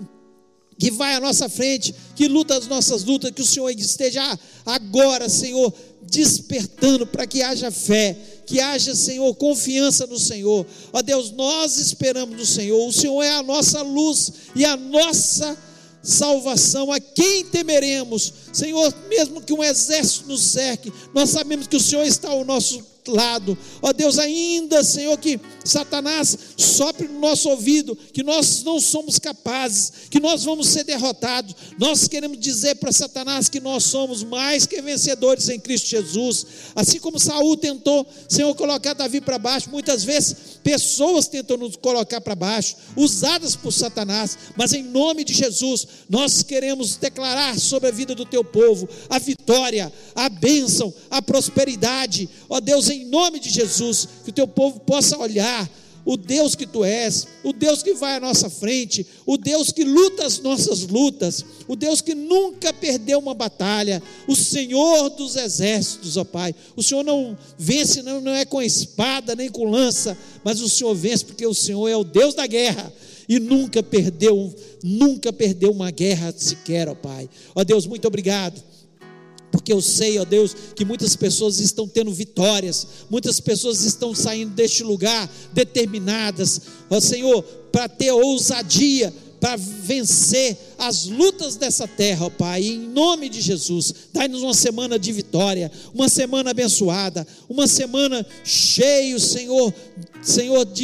que vai à nossa frente, que luta as nossas lutas, que o Senhor esteja agora, Senhor, despertando para que haja fé, que haja, Senhor, confiança no Senhor. Ó Deus, nós esperamos no Senhor, o Senhor é a nossa luz e a nossa salvação. A quem temeremos? Senhor, mesmo que um exército nos cerque, nós sabemos que o Senhor está ao nosso lado. Ó Deus, ainda, Senhor, que Satanás sopre no nosso ouvido que nós não somos capazes, que nós vamos ser derrotados, nós queremos dizer para Satanás que nós somos mais que vencedores em Cristo Jesus. Assim como Saul tentou, Senhor, colocar Davi para baixo, muitas vezes pessoas tentam nos colocar para baixo, usadas por Satanás, mas em nome de Jesus, nós queremos declarar sobre a vida do teu povo a vitória, a bênção, a prosperidade. Ó Deus, em nome de Jesus, que o teu povo possa olhar o Deus que tu és, o Deus que vai à nossa frente, o Deus que luta as nossas lutas, o Deus que nunca perdeu uma batalha, o Senhor dos exércitos, ó Pai. O Senhor não vence, não, não é com espada nem com lança, mas o Senhor vence porque o Senhor é o Deus da guerra, e nunca perdeu, nunca perdeu uma guerra sequer, ó Pai. Ó Deus, muito obrigado, porque eu sei, ó Deus, que muitas pessoas estão tendo vitórias, muitas pessoas estão saindo deste lugar determinadas, ó Senhor, para ter ousadia, para vencer as lutas dessa terra, ó Pai, em nome de Jesus. Dai-nos uma semana de vitória, uma semana abençoada, uma semana cheia, Senhor, Senhor, de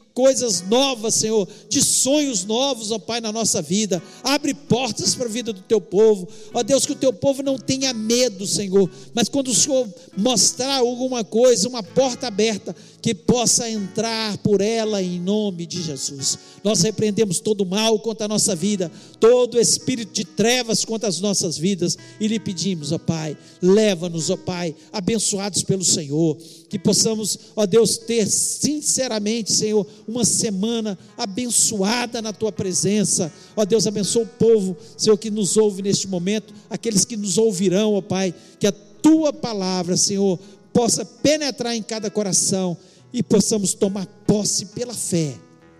coisas novas, Senhor, de sonhos novos, ó Pai, na nossa vida. Abre portas para a vida do teu povo, ó Deus, que o teu povo não tenha medo, Senhor, mas quando o Senhor mostrar alguma coisa, uma porta aberta, que possa entrar por ela em nome de Jesus. Nós repreendemos todo o mal contra a nossa vida, todo espírito de trevas contra as nossas vidas, e lhe pedimos, ó Pai, leva-nos, ó Pai, abençoados pelo Senhor, que possamos, ó Deus, ter sinceramente, Senhor, uma semana abençoada na tua presença. Ó Deus, abençoa o povo, Senhor, que nos ouve neste momento, aqueles que nos ouvirão, ó Pai, que a tua palavra, Senhor, possa penetrar em cada coração e possamos tomar posse pela fé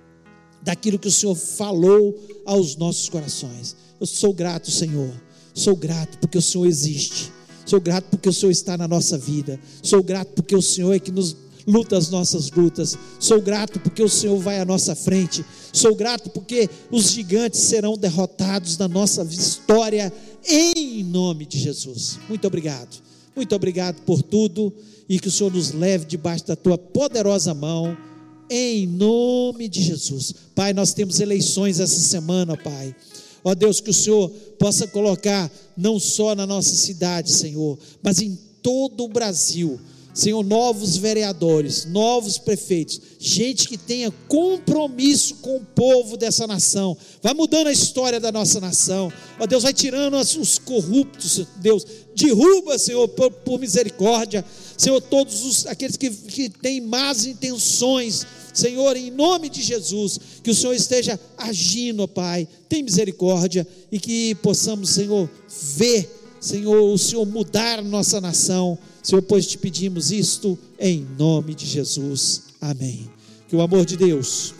daquilo que o Senhor falou aos nossos corações. Eu sou grato, Senhor, sou grato porque o Senhor existe, sou grato porque o Senhor está na nossa vida, sou grato porque o Senhor é que nos luta as nossas lutas, sou grato porque o Senhor vai à nossa frente, sou grato porque os gigantes serão derrotados na nossa história, em nome de Jesus. Muito obrigado, muito obrigado por tudo, e que o Senhor nos leve debaixo da tua poderosa mão, em nome de Jesus. Pai, nós temos eleições essa semana, Pai, ó Deus, que o Senhor possa colocar não só na nossa cidade, Senhor, mas em todo o Brasil, Senhor, novos vereadores, novos prefeitos, gente que tenha compromisso com o povo dessa nação, vai mudando a história da nossa nação, ó Deus, vai tirando os corruptos, Deus, derruba, Senhor, por, por misericórdia, Senhor, todos os, aqueles que, que têm más intenções, Senhor, em nome de Jesus, que o Senhor esteja agindo, ó Pai, tem misericórdia, e que possamos, Senhor, ver, Senhor, o Senhor mudar a nossa nação, Senhor, pois te pedimos isto em nome de Jesus, amém. Que o amor de Deus,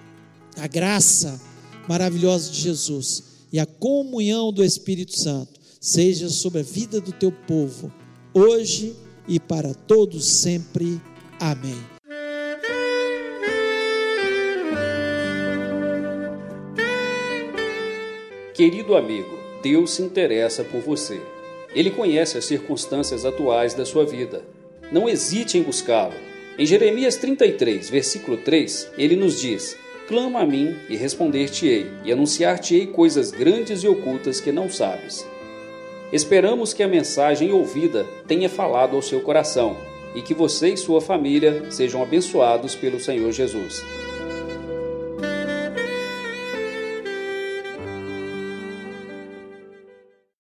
a graça maravilhosa de Jesus e a comunhão do Espírito Santo seja sobre a vida do teu povo, hoje e para todos sempre, amém. Querido amigo, Deus se interessa por você. Ele conhece as circunstâncias atuais da sua vida. Não hesite em buscá-lo. Em Jeremias trinta e três, versículo três, ele nos diz: clama a mim e responder-te-ei, e anunciar-te-ei coisas grandes e ocultas que não sabes. Esperamos que a mensagem ouvida tenha falado ao seu coração, e que você e sua família sejam abençoados pelo Senhor Jesus.